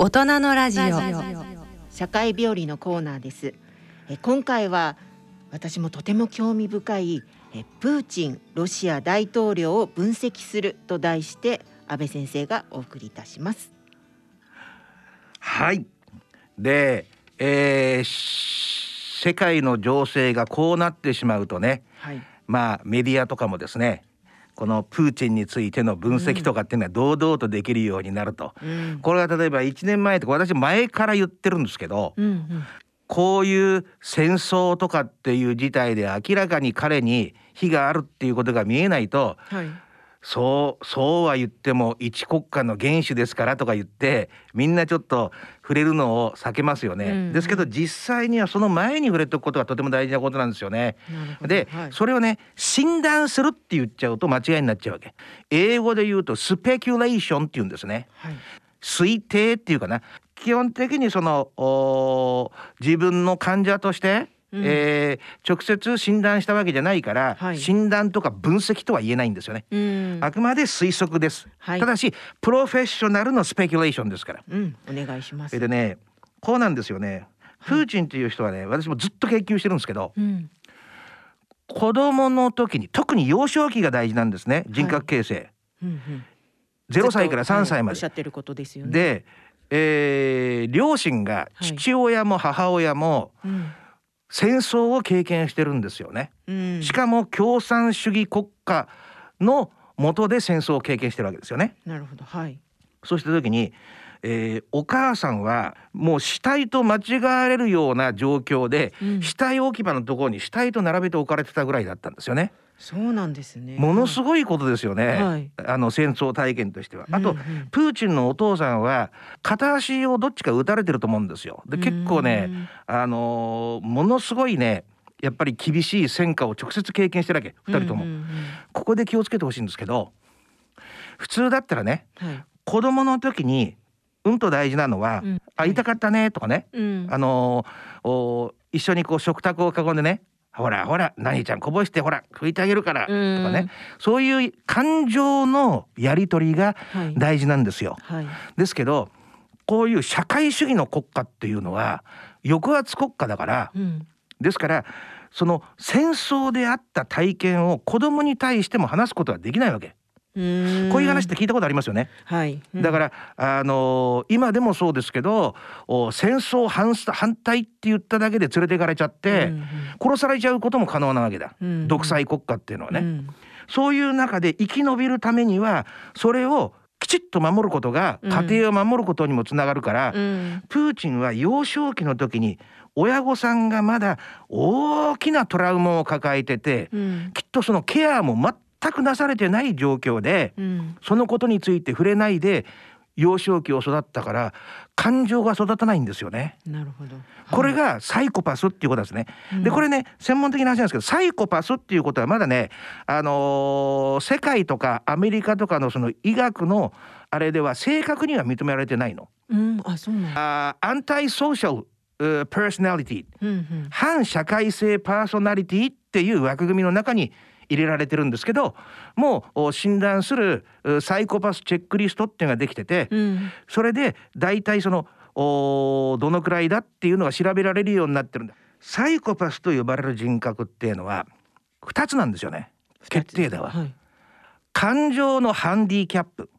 大人のラジオ社会病理のコーナーです。今回は私もとても興味深いプーチンロシア大統領を分析すると題して安倍先生がお送りいたします。 はい。で、世界の情勢がこうなってしまうとね、 はい、 メディアとかもですね、このプーチンについての分析とかっていうのは堂々とできるようになると、これは例えば1年前とか私前から言ってるんですけど、こういう戦争とかっていう事態で明らかに彼に非があるっていうことが見えないと、そうは言っても一国家の元首ですからとか言ってみんなちょっと触れるのを避けますよね、ですけど実際にはその前に触れておくことがとても大事なことなんですよね。で、それをね診断するって言っちゃうと間違いになっちゃうわけ。英語で言うとスペキュレーションって言うんですね、推定っていうかな。基本的にその自分の患者として直接診断したわけじゃないから、診断とか分析とは言えないんですよね、あくまで推測です、ただしプロフェッショナルのスペキュレーションですから、 お願いします。 でね、こうなんですよね。プーチンという人はね、私もずっと研究してるんですけど、子供の時に特に幼少期が大事なんですね、人格形成、0歳から3歳まで、 おっしゃってることですよね。 で、両親が父親も母親も、戦争を経験してるんですよね、しかも共産主義国家の下で戦争を経験してるわけですよね。 なるほど、 そうした時に、お母さんはもう死体と間違われるような状況で、死体置き場のところに死体と並べて置かれてたぐらいだったんですよね。 そうなんですね。 ものすごいことですよね、戦争体験としては。あと、プーチンのお父さんは片足をどっちか撃たれてると思うんですよ。で、結構ね、ものすごいね、やっぱり厳しい戦火を直接経験してるわけ、2人とも、ここで気をつけてほしいんですけど、普通だったらね、子供の時にと大事なのは、痛かったねとかね、一緒にこう食卓を囲んでね、ほらほら何ちゃんこぼしてほら拭いてあげるからとかね、そういう感情のやり取りが大事なんですよ、ですけどこういう社会主義の国家っていうのは抑圧国家だから、ですからその戦争であった体験を子供に対しても話すことはできないわけ。こういう話って聞いたことありますよね、だから今でもそうですけど、戦争反対って言っただけで連れていかれちゃって、殺されちゃうことも可能なわけだ、独裁国家っていうのはね、そういう中で生き延びるためにはそれをきちっと守ることが家庭を守ることにもつながるから、プーチンは幼少期の時に親御さんがまだ大きなトラウマを抱えてて、きっとそのケアも全くなされてない状況で、そのことについて触れないで幼少期を育ったから感情が育たないんですよね。 なるほど、 これがサイコパスっていうことですね、でこれね専門的な話なんですけど、サイコパスっていうことはまだね、世界とかアメリカとかのその医学のあれでは正確には認められてないの。 そうなんアンタイソーシャルパーソナリティ、反社会性パーソナリティっていう枠組みの中に入れられてるんですけど、もう診断するサイコパスチェックリストっていうのができてて、それで大体そのどのくらいだっていうのが調べられるようになってるんだ。サイコパスと呼ばれる人格っていうのは2つなんですよね、決定打は、感情のハンディキャップ、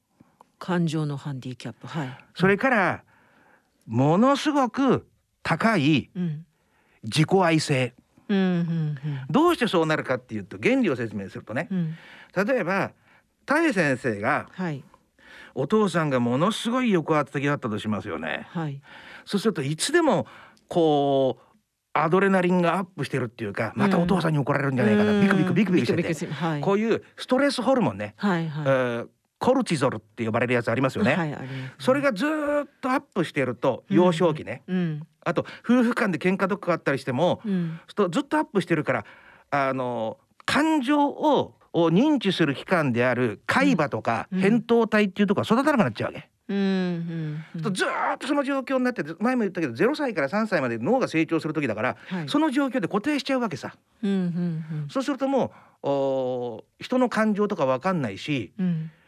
それからものすごく高い自己愛性、どうしてそうなるかっていうと原理を説明するとね、例えば田江先生が、お父さんがものすごい抑圧的だったとしますよね、そうするといつでもこうアドレナリンがアップしてるっていうか、またお父さんに怒られるんじゃないかな、ビクビクしてて、こういうストレスホルモンね、コルチゾルって呼ばれるやつありますよね、それがずっとアップしてると幼少期ね、あと夫婦間で喧嘩とかあったりしても、ずっとアップしてるから感情を認知する器官である海馬とか扁桃体っていうところが育たなくなっちゃうわけ、ずっとその状況になって、前も言ったけど0歳から3歳まで脳が成長する時だから、その状況で固定しちゃうわけさ、そうするともう人の感情とか分かんないし、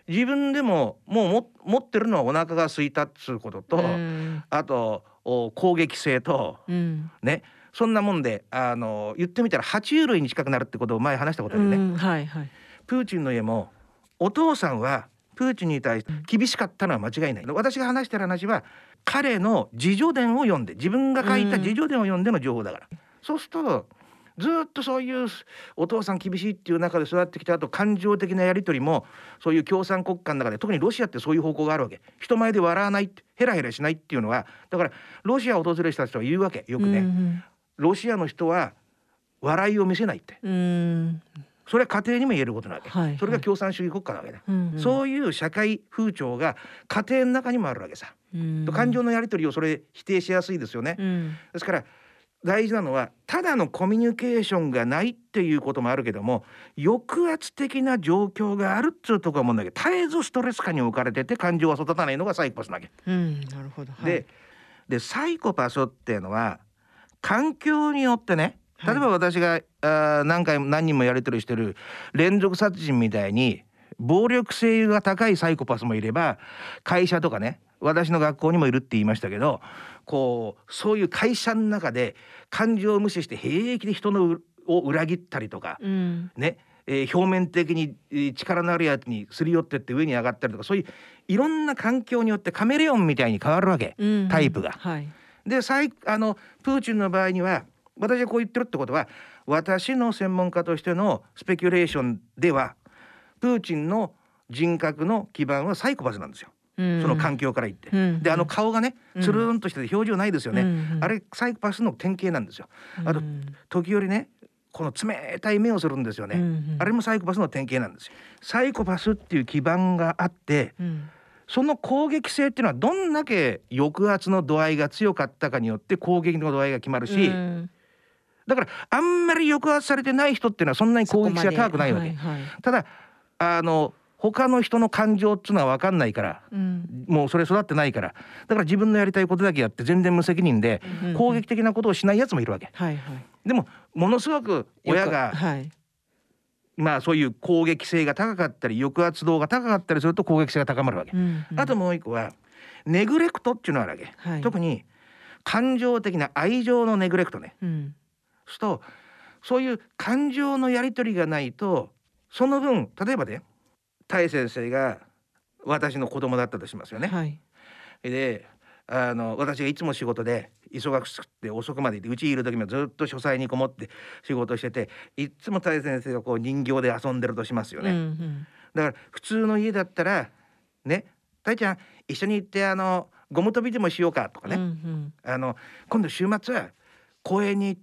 自分でももう持ってるのはお腹が空いたっつうことと、あと攻撃性と、ね、そんなもんで言ってみたら爬虫類に近くなるってことを前話したことあるね、プーチンの家もお父さんはプーチンに対して厳しかったのは間違いない。私が話してる話は彼の自叙伝を読んで、自分が書いた自叙伝を読んでの情報だから、そうするとずっとそういうお父さん厳しいっていう中で育ってきた後、感情的なやり取りもそういう共産国家の中で、特にロシアってそういう方向があるわけ。人前で笑わない、ヘラヘラしないっていうのは、だからロシアを訪れる人たちは言うわけよくね、ロシアの人は笑いを見せないって、それは家庭にも言えることなわけ、それが共産主義国家なわけだ、そういう社会風潮が家庭の中にもあるわけさ、感情のやり取りをそれ否定しやすいですよね、ですから大事なのはただのコミュニケーションがないっていうこともあるけども、抑圧的な状況があるっつうところもんだけど、絶えずストレス下に置かれてて感情は育たないのがサイコパスなわけ、 なるほど、 でサイコパスっていうのは環境によってね、例えば私が何人もやり取りしてる連続殺人みたいに暴力性が高いサイコパスもいれば、会社とかね、私の学校にもいるって言いましたけど、そういう会社の中で感情を無視して平気で人を裏切ったりとか、ね、表面的に力のあるやつにすり寄ってって上に上がったりとか、そういういろんな環境によってカメレオンみたいに変わるわけ、タイプが。でプーチンの場合には、私がこう言ってるってことは、私の専門家としてのスペキュレーションではプーチンの人格の基盤はサイコパスなんですよ、その環境から言って、で顔がねつるんとしてて表情ないですよね、あれサイコパスの典型なんですよ。あと時折ねこの冷たい目をするんですよね、あれもサイコパスの典型なんですよ。サイコパスっていう基盤があって、その攻撃性っていうのはどんだけ抑圧の度合いが強かったかによって攻撃の度合いが決まるし、だからあんまり抑圧されてない人っていうのはそんなに攻撃性が高くないわけ、ただ他の人の感情っていうのは分かんないから、もうそれ育ってないから、だから自分のやりたいことだけやって全然無責任で攻撃的なことをしないやつもいるわけ、でもものすごく親がそういう攻撃性が高かったり抑圧度が高かったりすると攻撃性が高まるわけ、あともう一個はネグレクトっていうのがあるわけ、特に感情的な愛情のネグレクトね、そういう感情のやり取りがないと、その分例えばね、タイ先生が私の子供だったとしますよね、で私がいつも仕事で忙しくて遅くまでいて、うちいる時もずっと書斎にこもって仕事してて、いつもタイ先生が人形で遊んでるとしますよね、だから普通の家だったらね、タイちゃん一緒に行ってゴム跳びでもしようかとかね、今度週末公園に行って、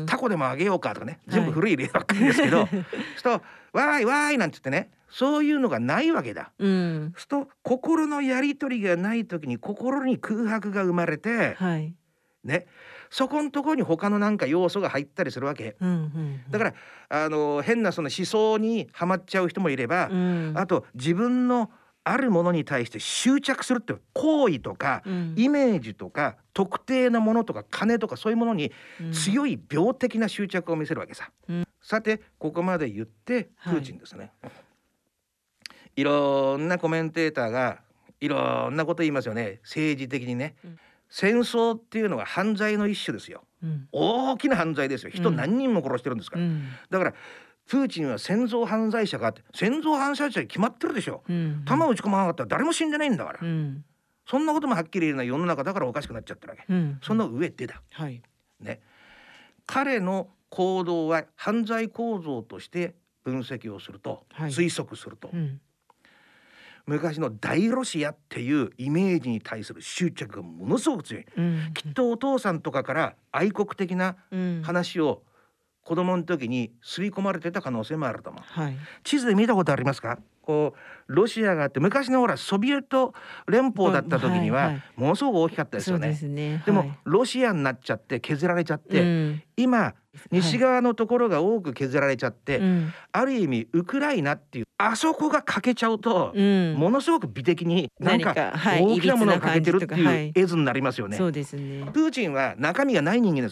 タコでもあげようかとかね、全部古い例ばっかりですけど、そうわーいわーいなんて言ってね、そういうのがないわけだ、そうと心のやり取りがない時に心に空白が生まれて、ね、そこのところに他のなんか要素が入ったりするわけ、だから変なその思想にはまっちゃう人もいれば、あと自分のあるものに対して執着するって行為とか、イメージとか特定のものとか金とかそういうものに強い病的な執着を見せるわけさ、さてここまで言ってプーチンですね、いろんなコメンテーターがいろんなこと言いますよね、政治的にね、戦争っていうのは犯罪の一種ですよ、大きな犯罪ですよ、人何人も殺してるんですから、だからプーチンは戦争犯罪者かって、戦争犯罪者に決まってるでしょ、弾を撃ち込まなかったら誰も死んでないんだから、そんなこともはっきり言えない世の中だからおかしくなっちゃってるわけ、その上でだ、ね、彼の行動は犯罪構造として分析をすると、推測すると、昔の大ロシアっていうイメージに対する執着がものすごく強い、きっとお父さんとかから愛国的な話を子供の時に刷り込まれてた可能性もあると思う、地図で見たことありますか？ロシアがあって、昔のソビエト連邦だった時にはものすごく大きかったですよね、でもロシアになっちゃって削られちゃって、今西側のところが多く削られちゃって、ある意味ウクライナっていうあそこが欠けちゃうと、ものすごく美的になんか大きなものを欠けてるっていう絵図になりますよね、プーチンは中身がない人間ですよ。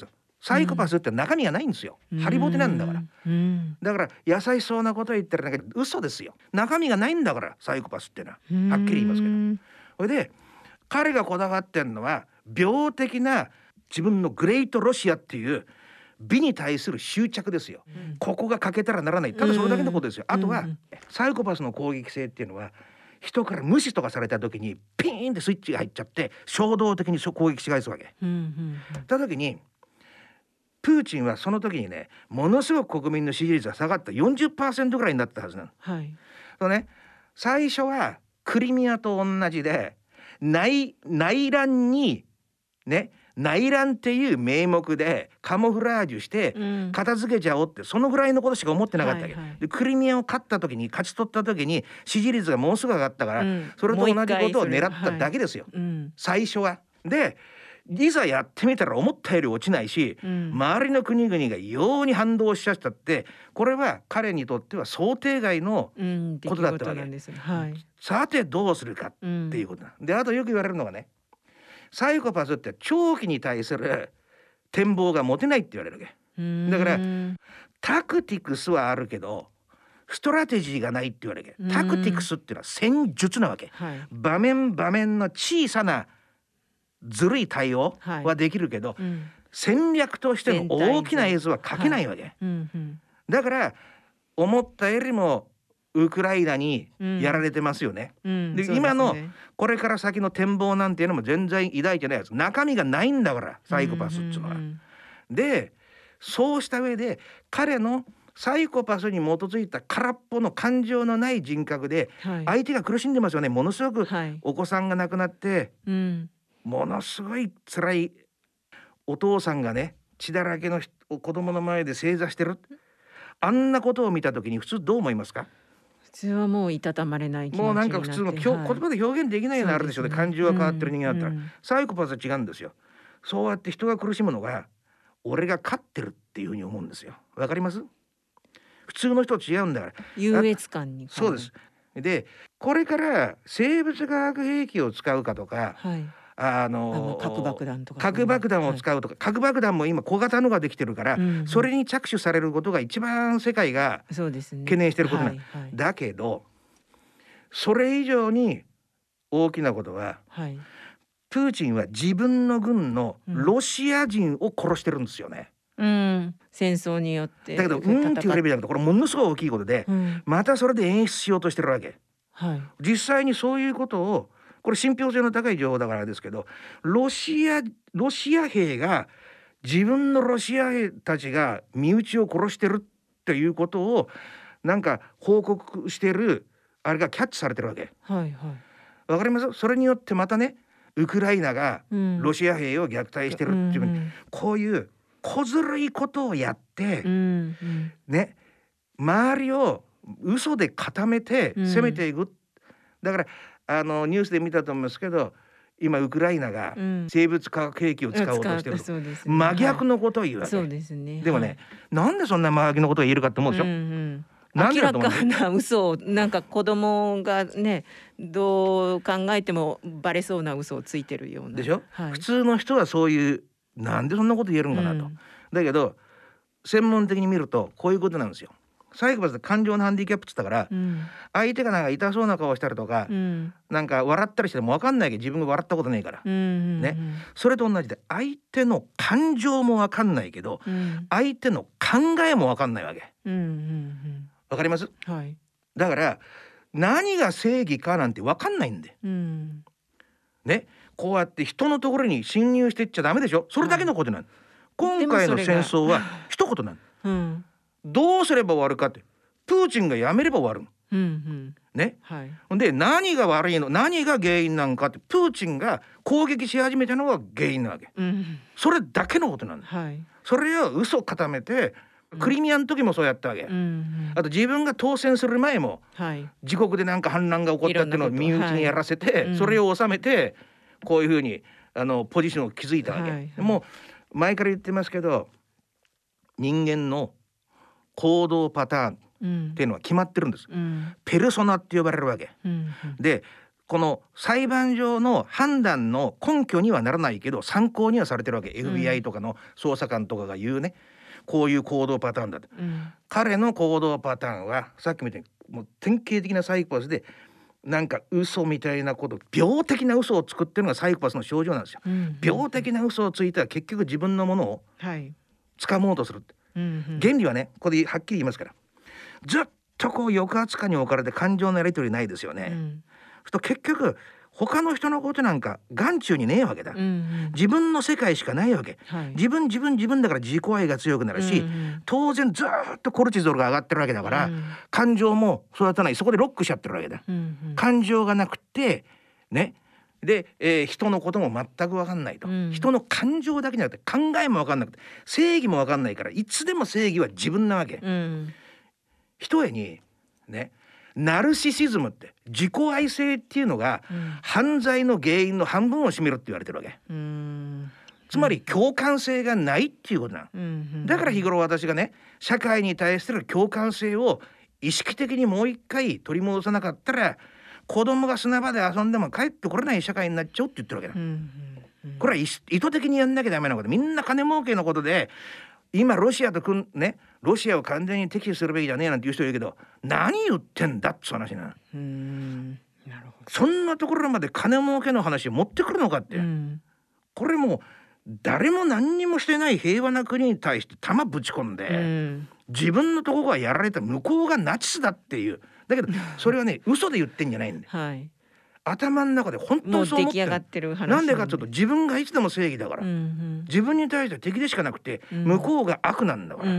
サイコパスって中身がないんですよ。ハリボテなんだから。だから優しそうなこと言ったらなんか嘘ですよ。中身がないんだからサイコパスってのははっきり言いますけど。それで彼がこだわってんのは病的な自分のグレートロシアっていう美に対する執着ですよ。ここが欠けたらならない。ただそれだけのことですよ。あとはサイコパスの攻撃性っていうのは人から無視とかされた時にピーンってスイッチが入っちゃって衝動的に攻撃し返すわけ。た時にプーチンはその時にねものすごく国民の支持率が下がった 40% ぐらいになったはずなの。そうね、最初はクリミアと同じで内乱にね内乱っていう名目でカモフラージュして片付けちゃおうってそのぐらいのことしか思ってなかったわけ、でクリミアを勝ち取った時に支持率がものすごく上がったから、それと同じことを狙っただけですよ、最初は。でいざやってみたら思ったより落ちないし、周りの国々が異様に反動しちゃったって、これは彼にとっては想定外のことだったわけ、さてどうするかっていうことで、あとよく言われるのがね、サイコパスって長期に対する展望が持てないって言われるわけだから、タクティクスはあるけどストラテジーがないって言われるわけ。タクティクスっていうのは戦術なわけ、場面場面の小さなずるい対応はできるけど、戦略としての大きな絵図は描けないわけ、だから思ったよりもウクライナにやられてますよね、で今のこれから先の展望なんていうのも全然抱いてないやつ、中身がないんだからサイコパスっつうのは、でそうした上で彼のサイコパスに基づいた空っぽの感情のない人格で、相手が苦しんでますよね。ものすごくお子さんが亡くなって、ものすごい辛いお父さんがね血だらけの子供の前で正座してる、あんなことを見た時に普通どう思いますか？ 普通はもういたたまれない気持ちになって、 もうなんか普通の、言葉で表現できないようなあるでしょうね、感情が変わってる人間だったら、サイコパスは違うんですよ。そうやって人が苦しむのが俺が勝ってるっていうふうに思うんですよ。わかります？普通の人と違うんだから、 優越感に。 そうです。でこれから生物化学兵器を使うかとか、 核爆弾とか核爆弾を使うとか、核爆弾も今小型のができてるから、それに着手されることが一番世界が懸念してることなんだけど、それ以上に大きなことは、プーチンは自分の軍のロシア人を殺してるんですよね、 戦争によって。 だけどっていうレベルだけど、これものすごい大きいことで、またそれで演出しようとしてるわけ、実際にそういうことを、これ信憑性の高い情報だからですけど、ロシア兵が自分のロシア兵たちが身内を殺してるっていうことをなんか報告してるあれがキャッチされてるわけ。わかります？それによってまたね、ウクライナがロシア兵を虐待してるっていう、こういう小ずるいことをやって、ね、周りを嘘で固めて攻めていく、だからニュースで見たと思いますけど、今ウクライナが生物化学兵器を使おうとしてる、真逆のことを言うわけ、でもね、なんでそんな真逆のことを言えるかって思うでしょ、 明らかな嘘を、なんか子供がねどう考えてもバレそうな嘘をついてるようなでしょ、普通の人はそういう、なんでそんなこと言えるんかなと、だけど専門的に見るとこういうことなんですよ。サイコパスって感情のハンディキャップって言ったから、相手がなんか痛そうな顔したりとか、なんか笑ったりしても分かんないけど、自分が笑ったことないから、ね、それと同じで相手の感情も分かんないけど、相手の考えも分かんないわけ、分かります？だから何が正義かなんて分かんないんで、ね、こうやって人のところに侵入していっちゃダメでしょ。それだけのことなん、今回の戦争は一言なん、どうすれば終わるかって、プーチンがやめれば終わる、ね、で何が悪いの、何が原因なんかって、プーチンが攻撃し始めたのが原因なわけ、それだけのことなんだ、それを嘘固めて、クリミアの時もそうやったわけ、あと自分が当選する前も、自国でなんか反乱が起こったっていうのを身内にやらせて、それを収めてこういうふうにポジションを築いたわけ、もう前から言ってますけど、人間の行動パターンっていうのは決まってるんです、ペルソナって呼ばれるわけ、でこの裁判上の判断の根拠にはならないけど参考にはされてるわけ、FBI とかの捜査官とかが言うね、こういう行動パターンだと、彼の行動パターンはさっきみたいにもう典型的なサイコパスで、なんか嘘みたいなこと、病的な嘘を作ってるのがサイコパスの症状なんですよ、病的な嘘をついたら結局自分のものを掴もうとするって、原理はねここではっきり言いますから、ずっとこう抑圧下に置かれて感情のやり取りないですよね、と結局他の人のことなんか眼中にねえわけだ、自分の世界しかないわけ、自分だから自己愛が強くなるし、当然ずっとコルチゾールが上がってるわけだから、感情も育たない、そこでロックしちゃってるわけだ、感情がなくてね、で、人のことも全く分かんないと、人の感情だけじゃなくて考えも分かんなくて正義も分かんないから、いつでも正義は自分なわけ、ひとえにね、ナルシシズムって自己愛性っていうのが、犯罪の原因の半分を占めるって言われてるわけ、つまり共感性がないっていうことな、だから日頃私がね、社会に対する共感性を意識的にもう一回取り戻さなかったら、子供が砂場で遊んでも帰ってこれない社会になっちゃうって言ってるわけだ、これは意図的にやんなきゃダメなこと、みんな金儲けのことで今ロシアとロシアを完全に敵視するべきじゃねえなんて言う人いるけど、何言ってんだって話な。なるほど。そんなところまで金儲けの話を持ってくるのかって、これもう誰も何にもしてない平和な国に対して弾ぶち込んで、自分のところがやられた向こうがナチスだっていう、だけどそれはね嘘で言ってんじゃないんで、頭の中で本当にそう思ってる。なんでかというと自分がいつでも正義だから、自分に対して敵でしかなくて、向こうが悪なんだから、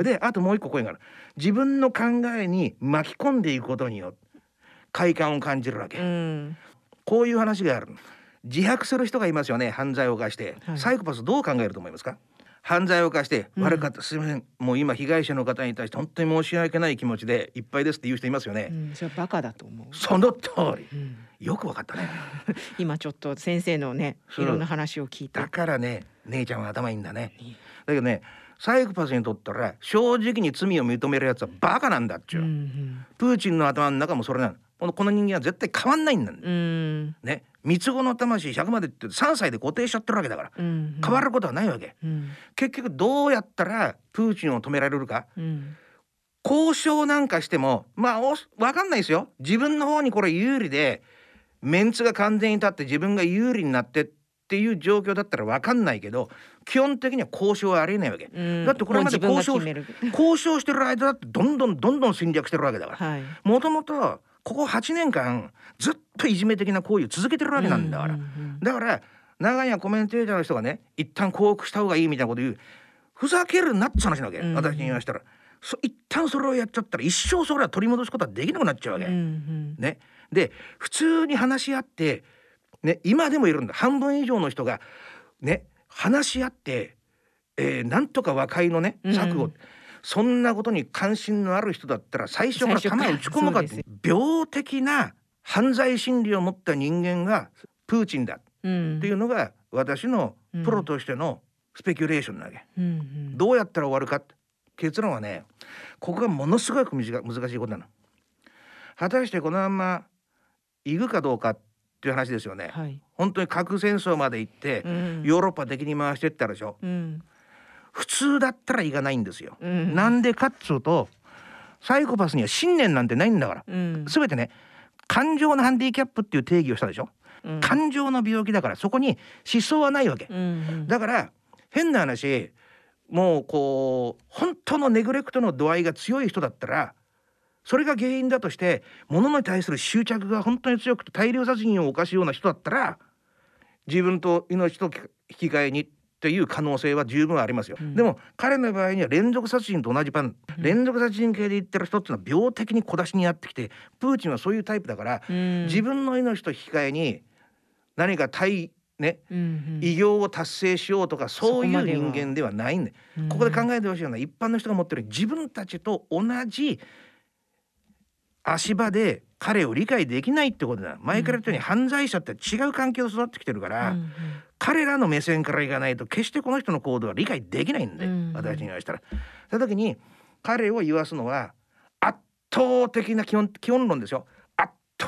であともう一個声がある、自分の考えに巻き込んでいくことによって快感を感じるわけ、こういう話がある。自白する人がいますよね、犯罪を犯して、サイコパスどう考えると思いますか？犯罪を犯して悪かった、すいません、もう今被害者の方に対して本当に申し訳ない気持ちでいっぱいですって言う人いますよね、 それはバカだと思う。 その通り、よくわかったね今ちょっと先生のねいろんな話を聞いて、 だからね姉ちゃんは頭いいんだね、だけどねサイコパスにとったら正直に罪を認めるやつはバカなんだっちゅう、プーチンの頭の中もそれなの。この人間は絶対変わんないんだ、ね、三つ子の魂100までって3歳で固定しちゃってるわけだから、変わることはないわけ、結局どうやったらプーチンを止められるか、交渉なんかしても分かんないですよ。自分の方にこれ有利でメンツが完全に立って自分が有利になってっていう状況だったら分かんないけど、基本的には交渉はありえないわけ、だってこれまで交渉してる間だってどんどん侵略してるわけだから、もともとここ8年間ずっといじめ的な行為を続けてるわけなんだから、だから長屋コメンテーターの人がね一旦降伏した方がいいみたいなこと言う、ふざけるなって話なわけ、私に言いましたら、一旦それをやっちゃったら一生それは取り戻すことはできなくなっちゃうわけ、ね、で普通に話し合って、ね、今でもいるんだ、半分以上の人が、ね、話し合って、なんとか和解のね策を、そんなことに関心のある人だったら最初から弾を打ち込むかって、病的な犯罪心理を持った人間がプーチンだっていうのが私のプロとしてのスペキュレーションなわけ、どうやったら終わるかって結論はね、ここがものすごく難しいことなの。果たしてこのまま行くかどうかっていう話ですよね、本当に核戦争まで行って、ヨーロッパ的に回してったでしょ、普通だったら行かないんですよ、なんでかっつうとサイコパスには信念なんてないんだから、全てね感情のハンディキャップっていう定義をしたでしょ、感情の病気だからそこに思想はないわけ、だから変な話、もうこう本当のネグレクトの度合いが強い人だったらそれが原因だとして物に対する執着が本当に強くて大量殺人を犯すような人だったら自分と命と引き換えにっていう可能性は十分ありますよ、でも彼の場合には連続殺人と同じパン、連続殺人系で言ってる人っていうのは病的に小出しにやってきて、プーチンはそういうタイプだから、自分の命と引き換えに何か偉業を達成しようとかそういう人間ではないんで、ここで考えてほしいのは一般の人が持ってる自分たちと同じ足場で彼を理解できないってことだ。前から言ったように犯罪者って違う環境で育ってきてるから、彼らの目線からいかないと決してこの人の行動は理解できないんで、私に言わしたら。その時に彼を言わすのは圧倒的な基本論ですよ。圧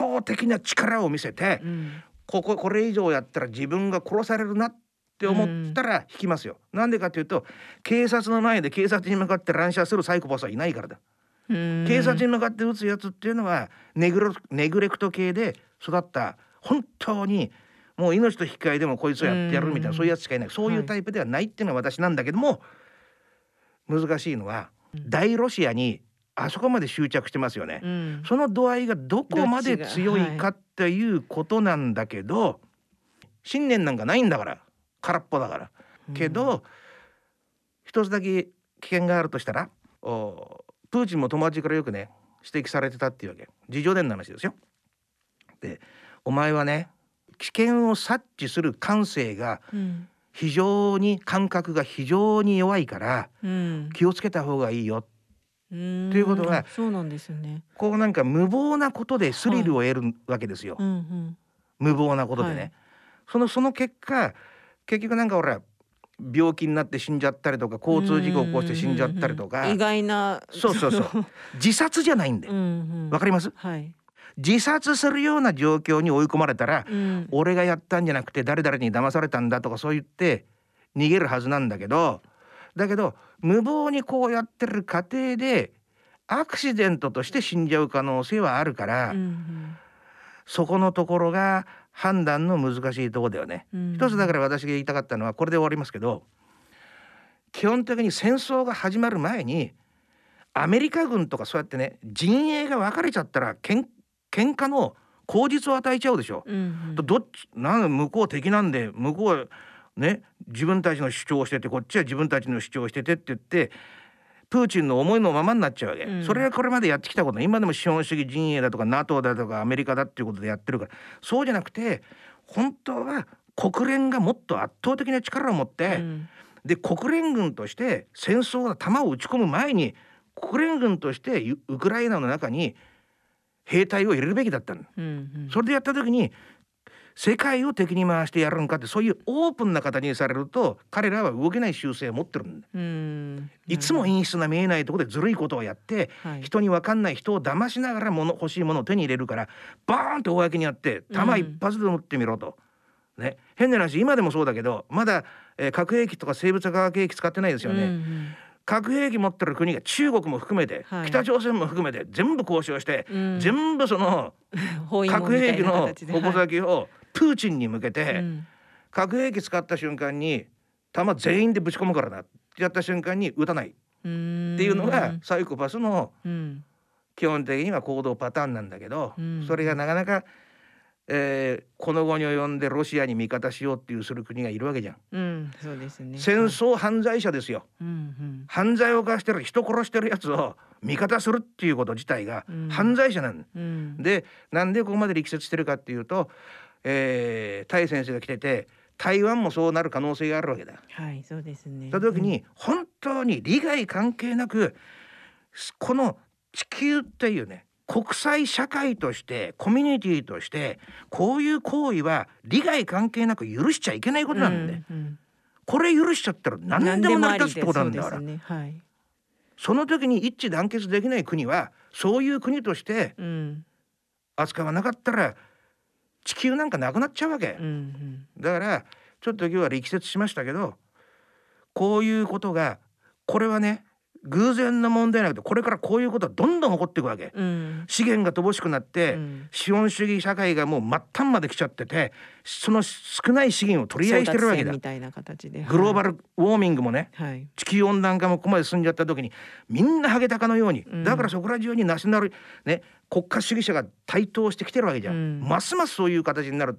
倒的な力を見せて、これ以上やったら自分が殺されるなって思ったら引きますよ。なんでかというと、警察の前で警察に向かって乱射するサイコパスはいないからだ。警察に向かって撃つやつっていうのはネグレクト系で育った、本当にもう命と引き換えでもこいつをやってやるみたいな、そういうやつしかいない。そういうタイプではないっていうのが私なんだけども、難しいのは大ロシアにあそこまで執着してますよね。その度合いがどこまで強いかっていうことなんだけど、信念なんかないんだから、空っぽだから。けど一つだけ危険があるとしたら、プーチンも友達からよくね指摘されてたっていうわけ。自叙伝の話ですよ。で、お前はね、危険を察知する感性が非常に、感覚が非常に弱いから、気をつけた方がいいよっていうことは、 そうなんですよね。 こうなんか無謀なことでスリルを得るわけですよ。無謀なことでね。その結果、結局なんかほら病気になって死んじゃったりとか、交通事故を起こして死んじゃったりとか、 意外な、 そう自殺じゃないんで、わかります？自殺するような状況に追い込まれたら、俺がやったんじゃなくて誰々に騙されたんだとかそう言って逃げるはずなんだけど、無謀にこうやってる過程でアクシデントとして死んじゃう可能性はあるから、そこのところが判断の難しいところだよね。一つだから私が言いたかったのはこれで終わりますけど、基本的に戦争が始まる前にアメリカ軍とかそうやってね、陣営が分かれちゃったら喧嘩の口実を与えちゃうでしょ。どっち向こう敵なんで、向こうはね自分たちの主張をしてて、こっちは自分たちの主張をしててって言って、プーチンの思いのままになっちゃうわけ。それはこれまでやってきたこと、今でも資本主義陣営だとか NATO だとかアメリカだっていうことでやってるから。そうじゃなくて、本当は国連がもっと圧倒的な力を持って、で国連軍として戦争の弾を撃ち込む前に、国連軍としてウクライナの中に兵隊を入れるべきだったの。それでやった時に世界を敵に回してやるんかって、そういうオープンな形にされると彼らは動けない習性を持ってるんだ。いつも陰湿な見えないところでずるいことをやって、人に分かんない人を騙しながら欲しいものを手に入れるから、バーンと公にやって弾一発で撃ってみろと、ね、変な話、今でもそうだけどまだ、核兵器とか生物化学兵器使ってないですよね。核兵器持ってる国が中国も含めて、北朝鮮も含めて全部交渉して、全部その核兵器の矛先をプーチンに向けて、核兵器使った瞬間に弾全員でぶち込むからなってやった瞬間に撃たないっていうのがサイコパスの基本的には行動パターンなんだけど、それがなかなかこの後に及んでロシアに味方しようっていうする国がいるわけじゃん。 そうですね。 戦争犯罪者ですよ。犯罪を犯してる、人殺してるやつを味方するっていうこと自体が犯罪者なんで、なんでここまで力説してるかっていうと、タイ先生が来てて、台湾もそうなる可能性があるわけだ。 そうですね。 その時に本当に利害関係なく、この地球っていうね、国際社会としてコミュニティとしてこういう行為は利害関係なく許しちゃいけないことなんで、これ許しちゃったら何でも成り立つってことなんだから。その時に一致団結できない国はそういう国として扱わなかったら地球なんかなくなっちゃうわけ。だからちょっと今日は力説しましたけど、こういうことが、これはね偶然の問題なくて、これからこういうことはどんどん起こっていくわけ。資源が乏しくなって、資本主義社会がもう末端まで来ちゃってて、その少ない資源を取り合いしてるわけだ。 みたいな形で、 グローバルウォーミングもね、地球温暖化もここまで進んじゃった時にみんなハゲタカのように、だからそこら中にナショナル、ね、国家主義者が台頭してきてるわけじゃん。ますますそういう形になるって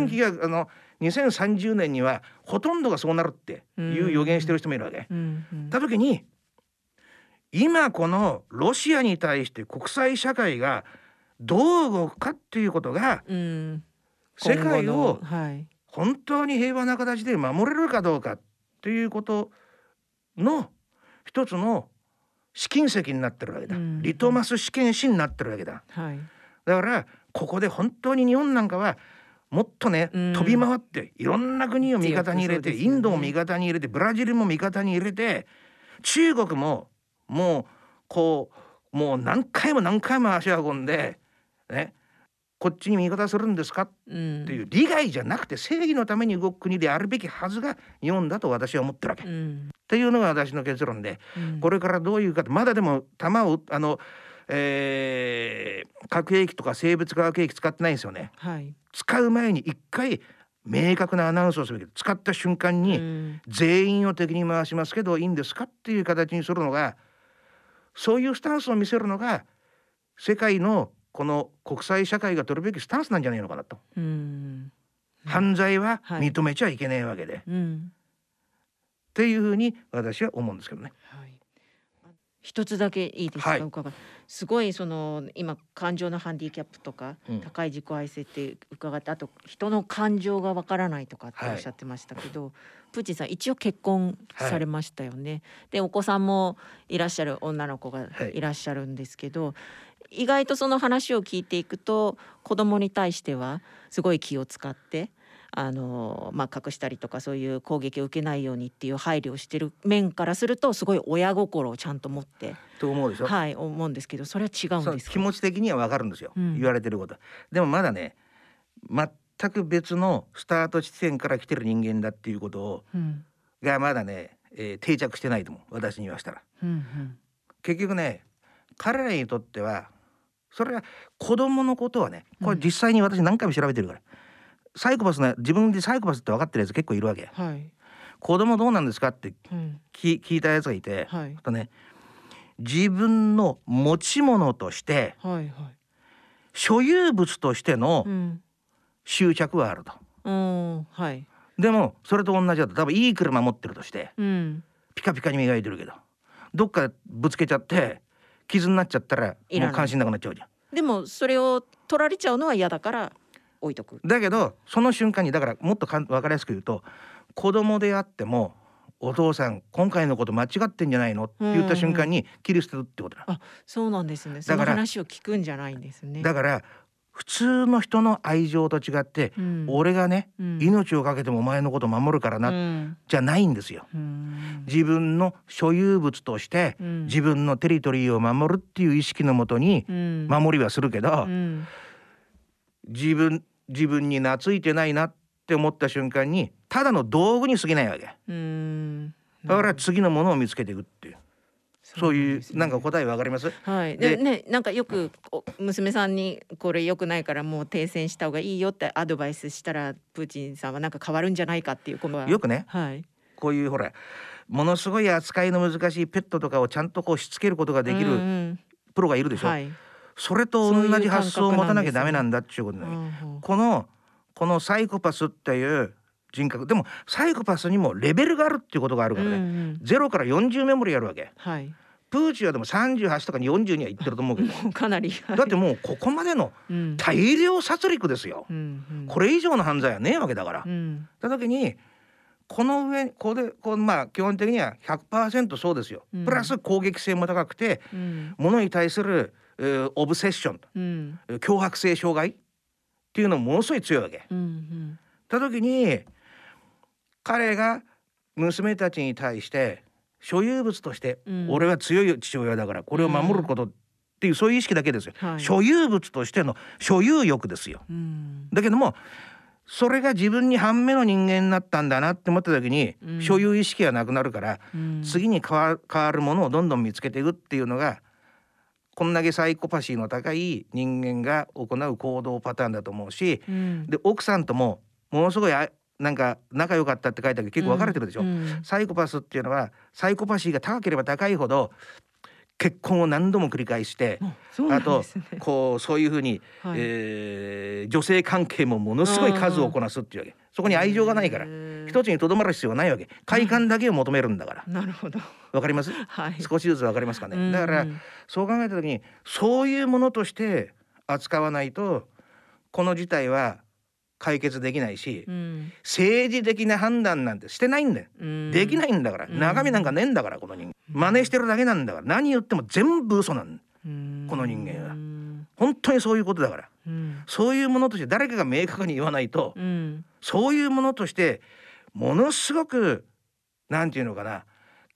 、2030年にはほとんどがそうなるっていう予言してる人もいるわけ。た時に今このロシアに対して国際社会がどう動くかっていうことが、世界を本当に平和な形で守れるかどうかっていうことの一つの試金石になってるわけだ。リトマス試験紙になってるわけだ。だからここで本当に日本なんかはもっとね、飛び回っていろんな国を味方に入れて、インドも味方に入れて、ブラジルも味方に入れて、中国ももう何回も足を運んでね、 こっちに味方するんですかっていう利害じゃなくて正義のために動く国であるべきはずが日本だと私は思ってるわけ、っていうのが私の結論で、これからどういうかまだでも弾を核兵器とか生物化学兵器使ってないんですよね、はい、使う前に一回明確なアナウンスをするけど、使った瞬間に全員を敵に回しますけどいいんですかっていう形にするのが、そういうスタンスを見せるのが世界のこの国際社会が取るべきスタンスなんじゃないのかなと。犯罪は認めちゃいけないわけで、っていうふうに私は思うんですけどね。はい、 一つだけいいですか、伺う。すごい今感情のハンディキャップとか、高い自己愛性って伺って、あと人の感情がわからないとかっておっしゃってましたけど、プーチンさん一応結婚されましたよね、でお子さんもいらっしゃる、女の子がいらっしゃるんですけど、意外とその話を聞いていくと子供に対してはすごい気を使って隠したりとか、そういう攻撃を受けないようにっていう配慮をしてる面からすると、すごい親心をちゃんと持ってと思うでしょ。 はい、思うんですけど、それは違うんですか。 気持ち的には分かるんですよ、言われてること。でもまだね、全く別のスタート地点から来てる人間だっていうことを、がまだね、定着してないと思う、私に言わしたら、結局ね、彼らにとってはそれは子供のことはね、これ実際に私何回も調べてるから、サイコパスな、自分でサイコパスって分かってるやつ結構いるわけ、子供どうなんですかって、聞いたやつがいて、とね、自分の持ち物として、所有物としての執着はあると、でもそれと同じだと、多分いい車持ってるとして、ピカピカに磨いてるけど、どっかぶつけちゃって傷になっちゃったらもう関心なくなっちゃうじゃん。 でもそれを取られちゃうのは嫌だから置いとく。 だけどその瞬間に、だからもっと分かりやすく言うと、子供であってもお父さん今回のこと間違ってんじゃないのって言った瞬間に切り捨てるってことだ。 あ、そうなんですね。その話を聞くんじゃないんですね。 だから普通の人の愛情と違って、俺がね、命をかけてもお前のこと守るからな、じゃないんですよ。自分の所有物として、自分のテリトリーを守るっていう意識のもとに守りはするけど、自分に懐いてないなって思った瞬間にただの道具に過ぎないわけ。だから次のものを見つけていくっていう。そういうなんか答えわかります？ はい。でね、なんかよく娘さんにこれ良くないからもう停戦した方がいいよってアドバイスしたら、プーチンさんはなんか変わるんじゃないかっていうことはよくね、 はい、 こういうほらものすごい扱いの難しいペットとかをちゃんとこうしつけることができるプロがいるでしょ、それと同じ発想を持たなきゃダメなんだっていうことだね。このサイコパスっていう人格でも、サイコパスにもレベルがあるっていうことがあるからね、0から40メモリやるわけ、プーチンはでも38とか40には言ってると思うけどかなり、 だってもうここまでの大量殺戮ですよ、これ以上の犯罪はねえわけだから、た時にこの上これ基本的には 100% そうですよ、プラス攻撃性も高くて、物に対するオブセッション、強迫性障害っていうのもものすごい強いわけ、た時に彼が娘たちに対して所有物として、俺は強い父親だからこれを守ることっていう、そういう意識だけですよ、所有物としての所有欲ですよ、だけどもそれが自分に半目の人間になったんだなって思った時に、所有意識がなくなるから、次に変わるものをどんどん見つけていくっていうのが、こんだけサイコパシーの高い人間が行う行動パターンだと思うし、で奥さんともものすごいなんか仲良かったって書いてあるけど結構分かれてるでしょ、サイコパスっていうのはサイコパシーが高ければ高いほど結婚を何度も繰り返して、あとそういうふうに、女性関係もものすごい数をこなすっていうわけ。そこに愛情がないから一つにとどまる必要はないわけ。快感だけを求めるんだから。 なるほど。 わかります？少しずつわかりますかね。だからそう考えた時にそういうものとして扱わないとこの事態は解決できないし、政治的な判断なんてしてないんだよ、できないんだから、中身なんかねえんだから、この人間真似してるだけなんだから、何言っても全部嘘なんだ、この人間は本当にそういうことだから、そういうものとして誰かが明確に言わないと、そういうものとしてものすごくなんていうのかな、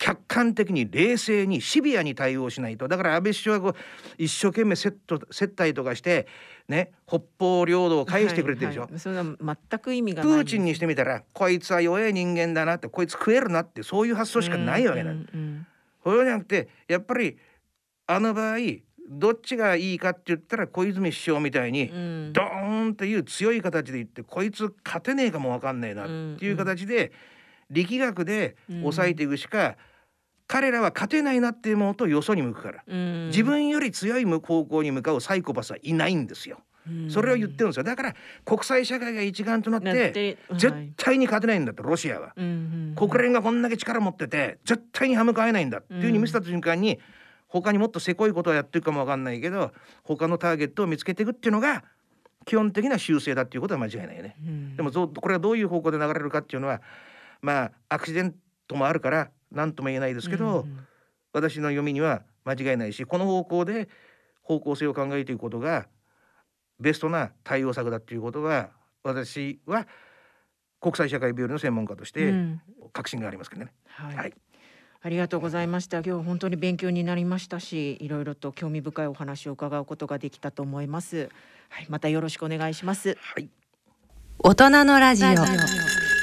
客観的に冷静にシビアに対応しないと。だから安倍首相はこう一生懸命接待とかしてね、北方領土を返してくれてるでしょ、 それは全く意味がない。 プーチンにしてみたらこいつは弱い人間だなって、こいつ食えるなって、そういう発想しかないわけだ。そうじゃなくてやっぱりあの場合どっちがいいかって言ったら小泉首相みたいにドーンという強い形で言って、こいつ勝てねえかも分かんねえなっていう形で力学で抑えていくしか、彼らは勝てないなって思うとよそに向くから、自分より強い方向に向かうサイコパスはいないんですよ。それを言ってるんですよ。だから国際社会が一丸となって絶対に勝てないんだってロシアは、国連がこんだけ力持ってて絶対に歯向かえないんだっていうふうに見せた瞬間に、他にもっとせこいことをやってるかも分かんないけど他のターゲットを見つけていくっていうのが基本的な修正だっていうことは間違いないよね。でもこれがどういう方向で流れるかっていうのはアクシデントもあるから何とも言えないですけど、私の読みには間違いないし、この方向で方向性を考えていくことがベストな対応策だっていうことが、私は国際社会病理の専門家として確信がありますけどね。はい、 ありがとうございました。今日本当に勉強になりましたし、いろいろと興味深いお話を伺うことができたと思います。はい、またよろしくお願いします。 はい、 大人のラジオ。